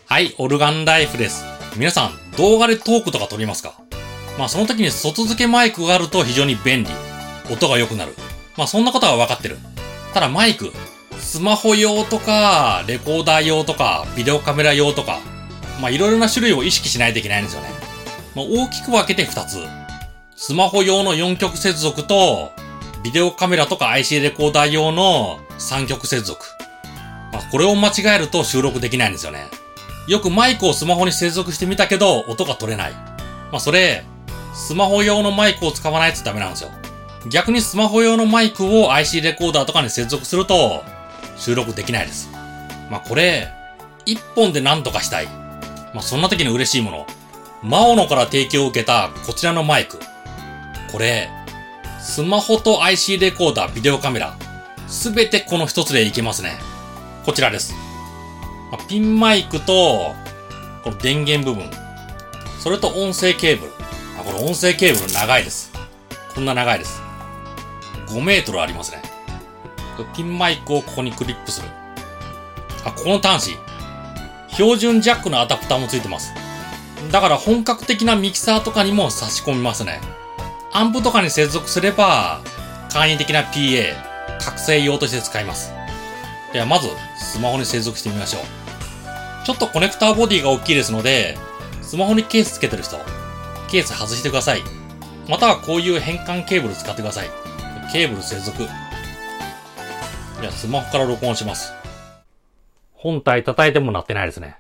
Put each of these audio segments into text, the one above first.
はい、オルガンライフです。皆さん、動画でトークとか撮りますか？その時に外付けマイクがあると非常に便利。音が良くなる。そんなことは分かってる。ただマイク、スマホ用とか、レコーダー用とか、ビデオカメラ用とか、いろいろな種類を意識しないといけないんですよね。大きく分けて2つ。スマホ用の4極接続と、ビデオカメラとか IC レコーダー用の3極接続。これを間違えると収録できないんですよね。よくマイクをスマホに接続してみたけど、音が取れない。それ、スマホ用のマイクを使わないとダメなんですよ。逆にスマホ用のマイクを IC レコーダーとかに接続すると、収録できないです。これ、一本で何とかしたい。そんな時に嬉しいもの。マオノから提供を受けたこちらのマイク。これ、スマホと IC レコーダー、ビデオカメラ、すべてこの一つでいけますね。こちらです。ピンマイクと、この電源部分。それと音声ケーブル。この音声ケーブル長いです。こんな長いです。5メートルありますね。ピンマイクをここにクリップする。ここの端子。標準ジャックのアダプターもついてます。だから本格的なミキサーとかにも差し込みますね。アンプとかに接続すれば、簡易的な PA、覚醒用として使います。ではまず、スマホに接続してみましょう。ちょっとコネクターボディが大きいですので、スマホにケースつけてる人、ケース外してください。またはこういう変換ケーブル使ってください。ケーブル接続。じゃあスマホから録音します。本体叩いても鳴ってないですね。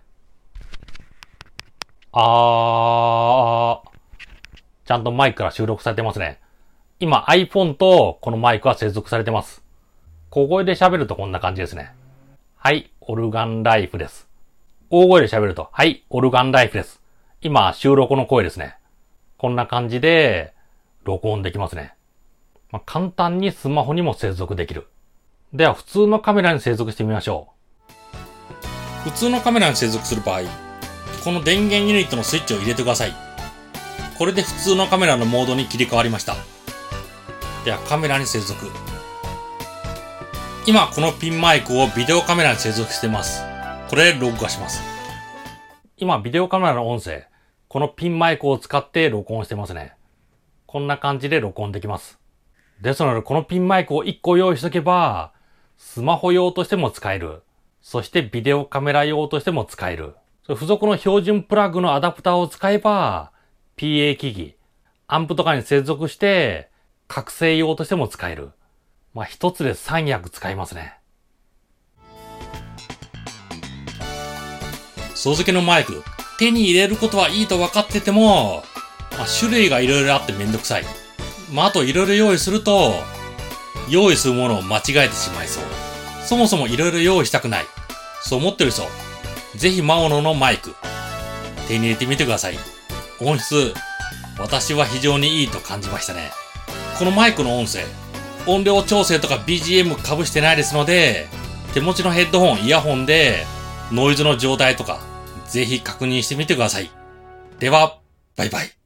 ちゃんとマイクから収録されてますね。今 iPhone とこのマイクは接続されてます。小声で喋るとこんな感じですね。はい、オルガンライフです。大声で喋ると、はい、オルガンライフです。今、収録の声ですね。こんな感じで、録音できますね。簡単にスマホにも接続できる。では、普通のカメラに接続してみましょう。普通のカメラに接続する場合、この電源ユニットのスイッチを入れてください。これで普通のカメラのモードに切り替わりました。では、カメラに接続。今、このピンマイクをビデオカメラに接続しています。これで録画します。今、ビデオカメラの音声、このピンマイクを使って録音してますね。こんな感じで録音できます。ですので、このピンマイクを1個用意しとけば、スマホ用としても使える。そしてビデオカメラ用としても使える。付属の標準プラグのアダプターを使えば、PA 機器、アンプとかに接続して、覚醒用としても使える。一つで3役使えますね。外付けのマイク、手に入れることはいいと分かってても、種類がいろいろあってめんどくさい。あといろいろ用意すると、用意するものを間違えてしまいそう。そもそもいろいろ用意したくない。そう思ってる人、ぜひマオノのマイク、手に入れてみてください。音質、私は非常にいいと感じましたね。このマイクの音声、音量調整とか BGM 被してないですので、手持ちのヘッドホン、イヤホンでノイズの状態とか、ぜひ確認してみてください。では、バイバイ。